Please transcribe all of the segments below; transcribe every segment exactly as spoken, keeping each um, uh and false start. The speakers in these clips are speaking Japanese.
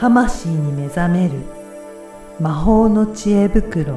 魂に目覚める魔法の知恵袋。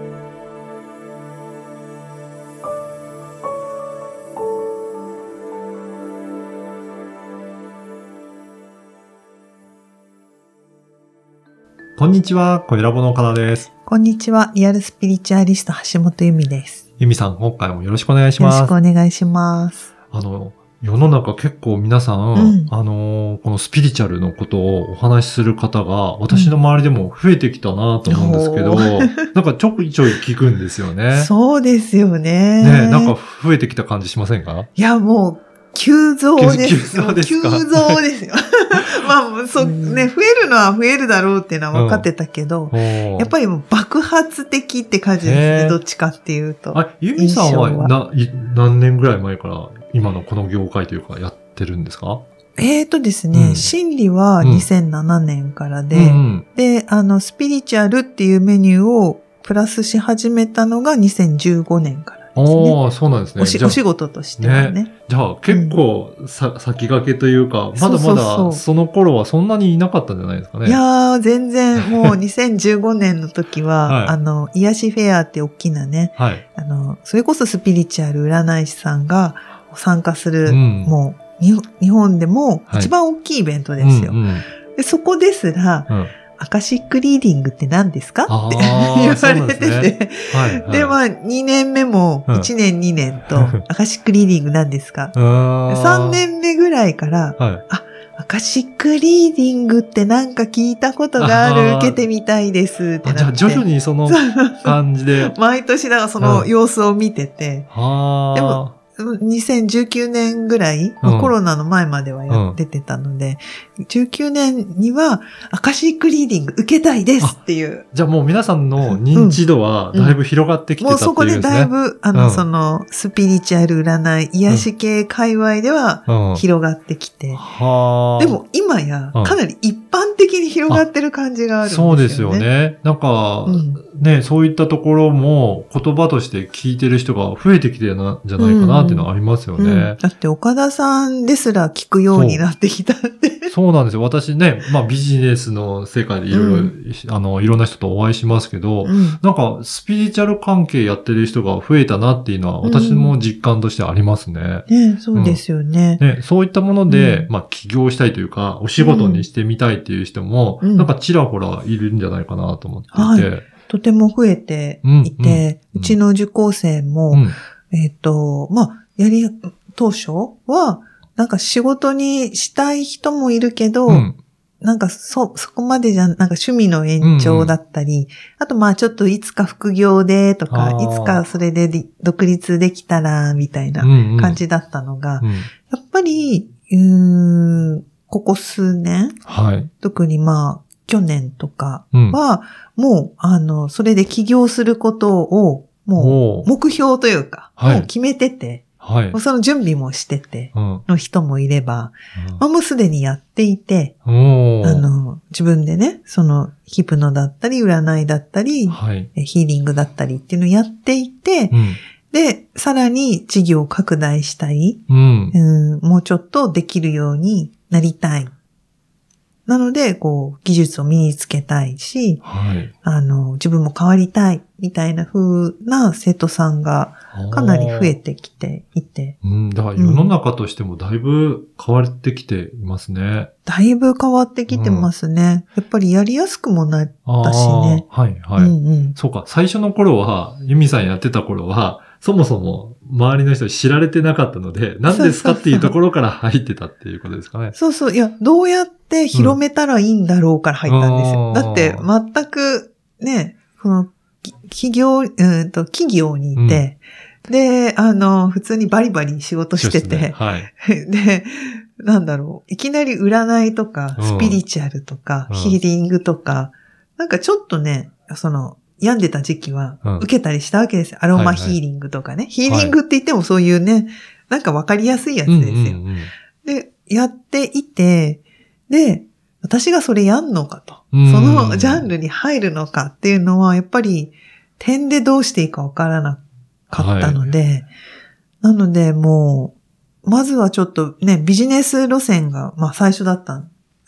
こんにちは、コエラボの岡田です。 こんにちは、リアルスピリチュアリスト橋本由美です。 由美さん、今回もよろしくお願いします。 よろしくお願いします。 あの、世の中結構皆さん、うん、あの、このスピリチュアルのことをお話しする方が、私の周りでも増えてきたなと思うんですけど、うん、なんかちょいちょい聞くんですよね。 そうですよね。 ね、なんか増えてきた感じしませんか？ いや、もう、急増です。 急増ですか？ 急増ですよ。まあ、そう、ね、増えるのは増えるだろうっていうのは分かってたけど、うん、やっぱりもう爆発的って感じですね、どっちかっていうと。 あ、由美さんはな何年ぐらい前から今のこの業界というかやってるんですか？ えーとですね、うん、心理はにせんななねんからで、うんうん、で、あの、スピリチュアルっていうメニューをプラスし始めたのがにせんじゅうごねんから。 ああ、そうなんですね。 おし、お仕事としてはね。 ね、じゃあ結構さ、うん、先駆けというか、まだまだその頃はそんなにいなかったんじゃないですかね。 いやー、全然もうにせんじゅうごねんの時は、はい、あの、癒しフェアって大きなね、はい、あの、それこそスピリチュアル占い師さんが参加する、うん、もう日本でも一番大きいイベントですよ。はいうんうん、でそこですら、うんアカシックリーディングって何ですかって言われてて。で、ねはいはい、で、まあ、にねんめもいちねん、にねんと、アカシックリーディング何ですかさんねんめぐらいから、はい、あ、アカシックリーディングってなんか聞いたことがある、受けてみたいですってなって。 じゃあ徐々にその感じで。 毎年だからその様子を見てて。うん、でもにせんじゅうきゅうねんぐらい、うん、コロナの前まではやっててたので、うん、じゅうきゅうねんにはアカシックリーディング受けたいですっていう。 じゃあもう皆さんの認知度はだいぶ広がってきてたっていうですね。 もうそこでだいぶ、あの、うん、その、スピリチュアル占い、癒し系界隈では広がってきて。うん、でも今やかなり一般的に広がってる感じがあるんですよね。 そうですよね。なんか、うん、ね、そういったところも言葉として聞いてる人が増えてきてるんじゃないかなっていうのはありますよね。うんうん、 だって岡田さんですら聞くようになってきたって。 そうなんですよ。私ね、まあビジネスの世界でいろいろ、うん、あの、いろんな人とお会いしますけど、うん、なんかスピリチュアル関係やってる人が増えたなっていうのは私も実感としてありますね。 うん、ね、そうですよね、 うん。ね、そういったもので、うん、まあ起業したいというか、お仕事にしてみたいっていう人も、うん、なんかちらほらいるんじゃないかなと思っていて。はい、 とても増えていて、うんうん、うちの受講生も、うん、えっと、まあ、やり、当初は、なんか仕事にしたい人もいるけど、うん、なんかそ、そこまでじゃ、なんか趣味の延長だったり、うんうん、あとまあちょっといつか副業でとか、いつかそれで独立できたら、みたいな感じだったのが、うんうん、やっぱり、うーん、ここ数年、はい、特にまあ、去年とかは、うん、もう、あの、それで起業することを、もう、目標というか、もう決めてて、はい、もうその準備もしてて、の人もいれば、うんまあ、もうすでにやっていて、あの、自分でね、その、ヒプノだったり、占いだったり、はい、ヒーリングだったりっていうのをやっていて、うん、で、さらに事業を拡大したい、うんうん、もうちょっとできるようになりたい。なので、こう、技術を身につけたいし、はい、あの、自分も変わりたい、みたいな風な生徒さんがかなり増えてきていて。 うん、だから世の中としてもだいぶ変わってきていますね。うん、 だいぶ変わってきてますね。うん、やっぱりやりやすくもなったしね。 はいはい、うんうん。そうか、最初の頃は、ユミさんやってた頃は、そもそも周りの人に知られてなかったので、何ですかっていうところから入ってたっていうことですかね。 そうそう。いや、どうやって広めたらいいんだろうから入ったんですよ。うん、だって全くね、この企業、うんと企業にいて、うん、で、あの、普通にバリバリ仕事してて、ねはい、で、なんだろう、いきなり占いとか、スピリチュアルとか、うん、ヒーリングとか、なんかちょっとね、その、病んでた時期は受けたりしたわけですよ。うん、アロマヒーリングとかね、はいはい。ヒーリングって言ってもそういうね、なんかわかりやすいやつですよ、うんうんうん。で、やっていて、で、私がそれやんのかと。そのジャンルに入るのかっていうのは、やっぱり点でどうしていいかわからなかったので、はい、なのでもう、まずはちょっとね、ビジネス路線が、まあ最初だったん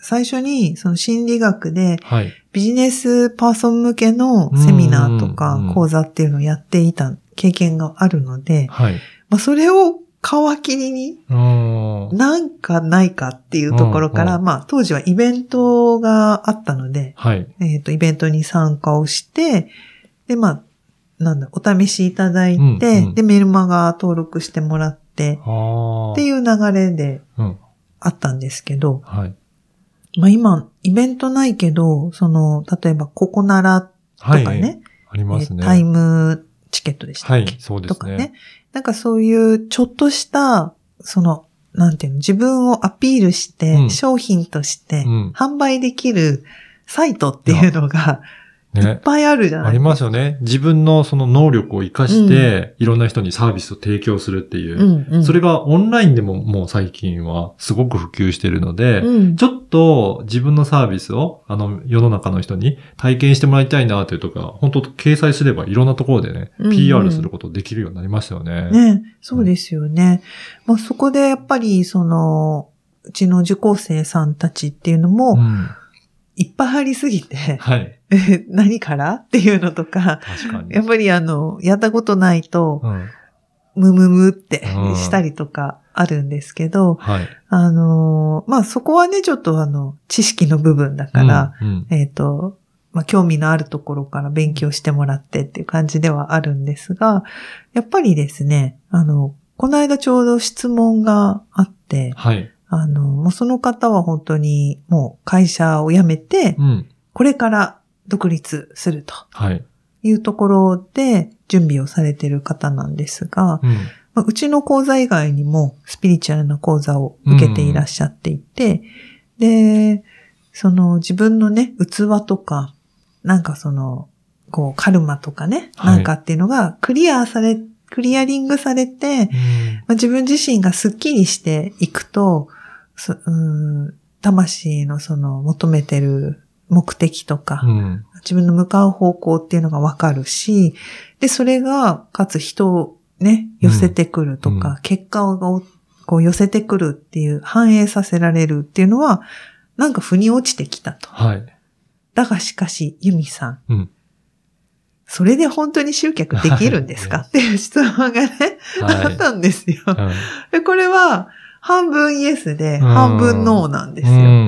最初にその心理学で、 はい。 ビジネスパーソン向けのセミナーとか講座っていうのをやっていた経験があるので、 はい。 まあそれを皮切りに、なんかないかっていうところから、まあ当時はイベントがあったので、 はい。 えっと、イベントに参加をして、で、まあ、なんだ、お試しいただいて、うんうん、で、メルマガ登録してもらって、っていう流れであったんですけど、 うん、はい。 まあ今、イベントないけど、その、例えばココナラとかね、はい、 ありますね。 タイムチケットでしたっけ、 はい、そうですね。 とかね。なんかそういうちょっとした、その、なんていうの、自分をアピールして、うん、商品として販売できるサイトっていうのが、ね、いっぱいあるじゃないですか。 ありますよね。自分のその能力を活かして、うん、いろんな人にサービスを提供するっていう、うんうん。それがオンラインでももう最近はすごく普及しているので、うん、ちょっと自分のサービスを、あの、世の中の人に体験してもらいたいなというとか、本当掲載すればいろんなところでね、うんうん、ピーアール することできるようになりましたよね。 ね、そうですよね。うん、まあそこでやっぱり、その、うちの受講生さんたちっていうのも、うんいっぱいありすぎて、はい、何からっていうのとか、 確かにやっぱりあの、やったことないと、うん、ムムムってしたりとかあるんですけど、うんはい、あの、まあ、そこはね、ちょっとあの、知識の部分だから、うんうん、えっと、まあ、興味のあるところから勉強してもらってっていう感じではあるんですが、やっぱりですね、あの、この間ちょうど質問があって、 はいあの、もうその方は本当にもう会社を辞めて、うん、これから独立するというところで準備をされている方なんですが、うんまあ、うちの講座以外にもスピリチュアルな講座を受けていらっしゃっていて、うん、で、その自分のね、器とか、なんかその、こうカルマとかね、はい、なんかっていうのがクリアされ、クリアリングされて、うんまあ、自分自身がスッキリしていくと、うん、魂のその求めてる目的とか、うん、自分の向かう方向っていうのがわかるし、で、それが、かつ人をね、寄せてくるとか、うん、結果をこう寄せてくるっていう、反映させられるっていうのは、なんか腑に落ちてきたと。 はい。 だがしかし、ユミさん。うん、それで本当に集客できるんですか、はい、っていう質問がね、はい、あったんですよ。はい、でこれは、半分イエスで、半分ノーなんですよ。うんうん、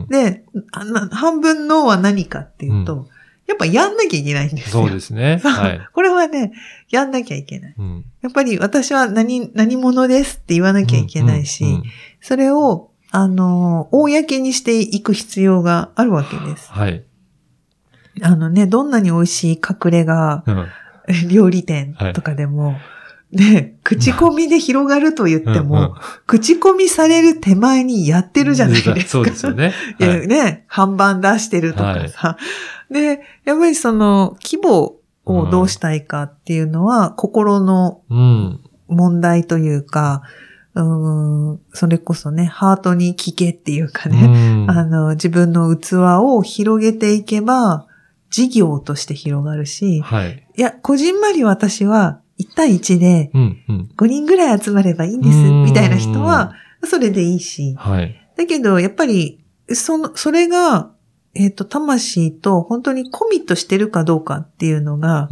で、半分ノーは何かっていうと、うん、やっぱやんなきゃいけないんですよ。 そうですね。はい、 これはね、やんなきゃいけない。うん、やっぱり私は何、何者ですって言わなきゃいけないし、うんうんうん、それを、あの、公にしていく必要があるわけです。 はい。 あのね、どんなに美味しい隠れ家、うん、料理店とかでも、はいで、口コミで広がると言っても、うんうん、口コミされる手前にやってるじゃないですか。 そうですよね。 はい、いやね、看板出してるとかさ、はい。で、やっぱりその規模をどうしたいかっていうのは、うん、心の問題というか、うーん、それこそね、ハートに聞けっていうかね、うん、あの、自分の器を広げていけば、事業として広がるし、はい、いや、こじんまり私は、いち対いちでごにんぐらい集まればいいんです、うん、みたいな人は、それでいいし。はい、だけど、やっぱり、その、それが、えっと、魂と本当にコミットしてるかどうかっていうのが、うん、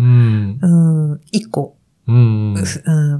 うん一個、うんうん、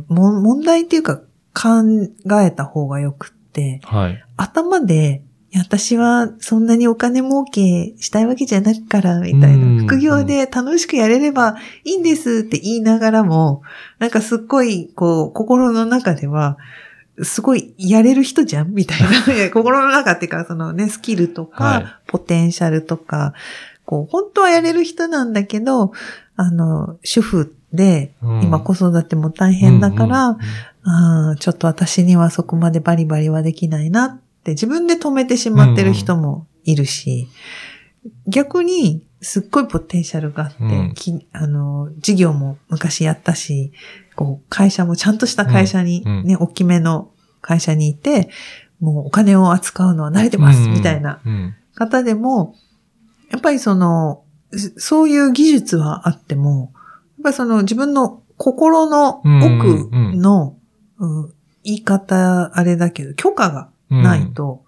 問題っていうか考えた方がよくって、はい、頭で、私はそんなにお金儲けしたいわけじゃないから、みたいな。副業で楽しくやれればいいんですって言いながらも、なんかすっごい、こう、心の中では、すごいやれる人じゃんみたいな。心の中っていうか、そのね、スキルとか、はい、ポテンシャルとか、こう、本当はやれる人なんだけど、あの、主婦で、今子育ても大変だから、うんうんうん、ちょっと私にはそこまでバリバリはできないなって自分で止めてしまってる人もいるし、うんうん、逆にすっごいポテンシャルがあって、うん、きあの、事業も昔やったし、こう、会社もちゃんとした会社に、うんうん、ね、大きめの会社にいて、もうお金を扱うのは慣れてます、みたいな方でも、やっぱりその、そういう技術はあっても、やっぱりその自分の心の奥の、うんうんうん、言い方あれだけど、許可がないと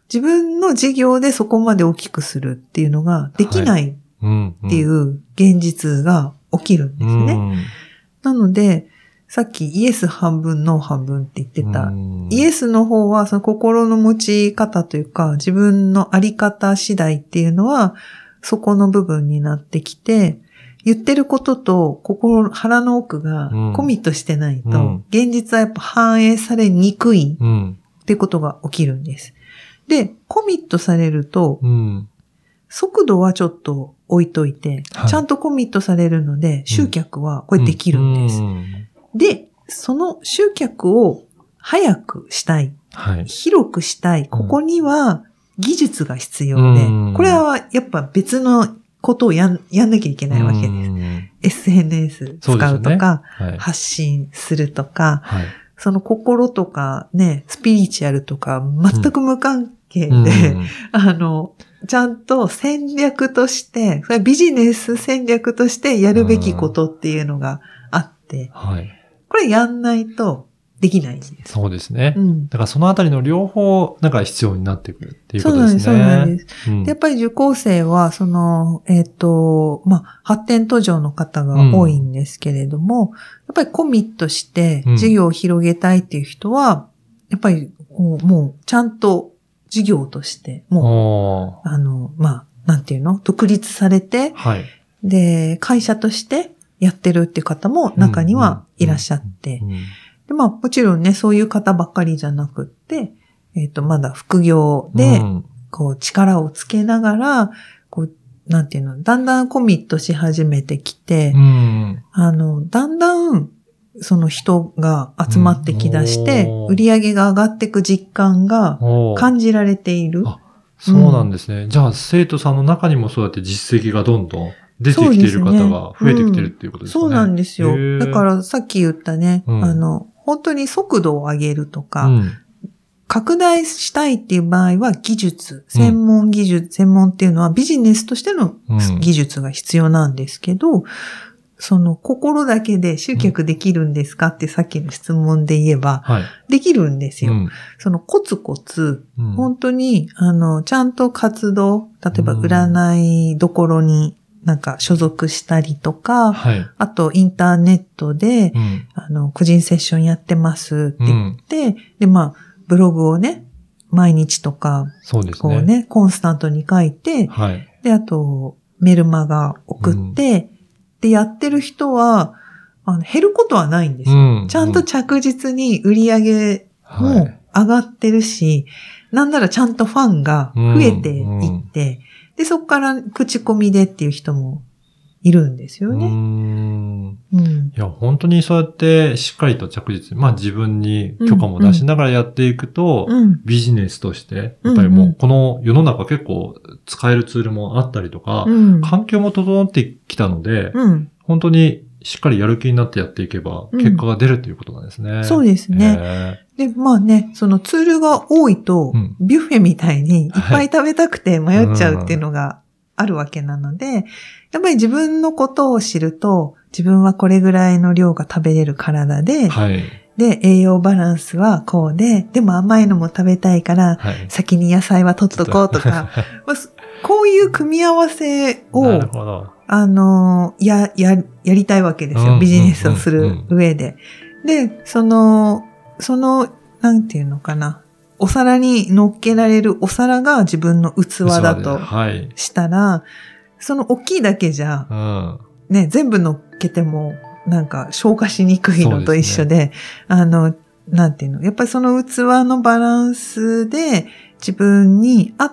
自分の事業でそこまで大きくするっていうのができないっていう現実が起きるんですね。 うんうん、 なので、さっきイエス半分、ノー半分って言ってた。イエスの方はその心の持ち方というか、自分のあり方次第っていうのは、そこの部分になってきて、言ってることと心、腹の奥がコミットしてないと、うん、現実はやっぱ反映されにくいってことが起きるんです。で、コミットされると、 うん、 速度はちょっと置いといて、はい、ちゃんとコミットされるので、集客はこれできるんです。うんうん、で、その集客を早くしたい、 はい、 広くしたい、ここには技術が必要で、うん、これはやっぱ別のことをやん、やんなきゃいけないわけです。うん、エスエヌエス 使うとか、 ねはい、 発信するとか、 はい、 その心とかね、スピリチュアルとか全く無関係で、うん、あの、ちゃんと戦略として、それはビジネス戦略としてやるべきことっていうのがあって、 はい、 これやんないとできないんです。 そうですね。 うん、 だからそのあたりの両方、なんか必要になってくるっていうことですね。 そうなんです。そうなんです。でやっぱり受講生は、その、えっと、まあ、発展途上の方が多いんですけれども、うん、やっぱりコミットして事業を広げたいっていう人は、やっぱりもうちゃんと事業として、もう、あの、まあ、なんていうの独立されて、 はい、 で、会社としてやってるっていう方も中にはいらっしゃって、で、まあ、もちろんね、そういう方ばっかりじゃなくって、えっと、まだ副業で、こう、力をつけながら、こう、なんていうの、だんだんコミットし始めてきて、 うん、 あの、だんだん、その人が集まってきだして、うん、売り上げが上がっていく実感が感じられている。 あ、そうなんですね。うん、じゃあ、生徒さんの中にもそうやって実績がどんどん出てきている方が増えてきてるっていうことですかね。 そうなんですよ。だからさっき言ったね、うん、あの、本当に速度を上げるとか、うん、拡大したいっていう場合は技術、専門技術、うん、専門っていうのはビジネスとしての技術が必要なんですけど、うん、その心だけで集客できるんですかってさっきの質問で言えば、 はい、 できるんですよ。 うん、 そのコツコツ、うん、本当に、あの、ちゃんと活動、例えば占いどころに、なんか所属したりとか、 はい、 あとインターネットで、 うん、 あの、個人セッションやってますって言って、うん、で、まあ、ブログをね、毎日とか、 そうですね。 こうね、コンスタントに書いて、 はい、 で、あと、メルマガ送って、うん、で、やってる人は、あの、減ることはないんですよ。うん、ちゃんと着実に売り上げも上がってるし、はい、なんならちゃんとファンが増えていって、うんうんで、そこから口コミでっていう人もいるんですよね。 うーん、うん。いや、本当にそうやってしっかりと着実に、まあ自分に許可も出しながらやっていくと、 うん、 ビジネスとして、やっぱりもうこの世の中結構使えるツールもあったりとか、 うん、 環境も整ってきたので、 うん、 本当にしっかりやる気になってやっていけば、結果が出るということなんですね。 うん、そうですね。で、まあね、そのツールが多いと、ビュッフェみたいにいっぱい食べたくて迷っちゃうっていうのがあるわけなので、やっぱり自分のことを知ると、自分はこれぐらいの量が食べれる体で、 はい、 で、栄養バランスはこうで、でも甘いのも食べたいから、 はい、 先に野菜は取っとこうとか、こういう組み合わせを、 なるほど。 あの、や、や、やりたいわけですよ。ビジネスをする上で。で、その、その、なんていうのかな。お皿に乗っけられるお皿が自分の器だとしたら、はい、その大きいだけじゃ、 うん、 ね、全部乗っけても、なんか消化しにくいのと一緒で、でね、あの、なんていうの。やっぱりその器のバランスで自分に合った、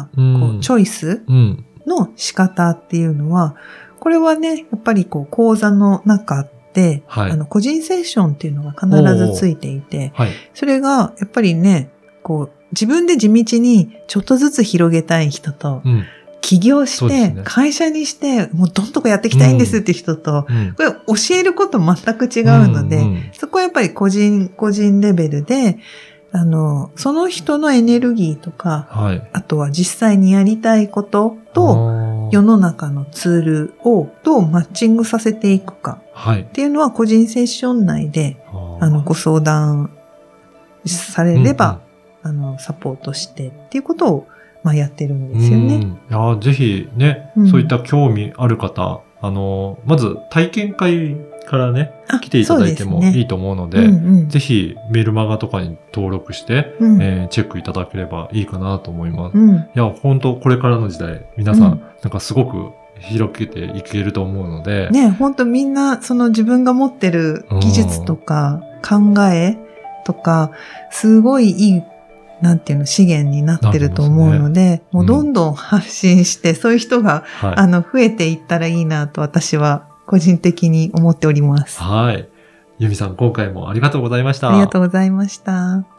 こう、うん、チョイス、 うんの仕方っていうのは、これはね、やっぱりこう講座の中で、 はい、 あの個人セッションっていうのが必ずついていて、 はい、 それがやっぱりね、こう自分で地道にちょっとずつ広げたい人と、 うん、 起業して、ね、会社にして、もうどんとこやっていきたいんですって人と、 うん、 これ教えること全く違うので、 うんうん、 そこはやっぱり個人、個人レベルで、あの、その人のエネルギーとか、 はい、 あとは実際にやりたいことと、世の中のツールをどうマッチングさせていくかっていうのは個人セッション内で、あの、ご相談されればあの、サポートしてっていうことを、まあ、やってるんですよね。 うん、いやぜひね、うん、そういった興味ある方、あの、まず体験会からね、来ていただいてもいいと思うので、でねうんうん、ぜひメルマガとかに登録して、うん、えー、チェックいただければいいかなと思います。うん、いや、本当これからの時代、皆さん、うん、なんかすごく広げていけると思うので。 ね、本当みんな、その自分が持ってる技術とか考えとか、すごいいい、なんていうの、資源になってると思うので、ね、もうどんどん発信して、うん、そういう人が、はい、あの、増えていったらいいなと私は個人的に思っております。 はい。由美さん、今回もありがとうございました。 ありがとうございました。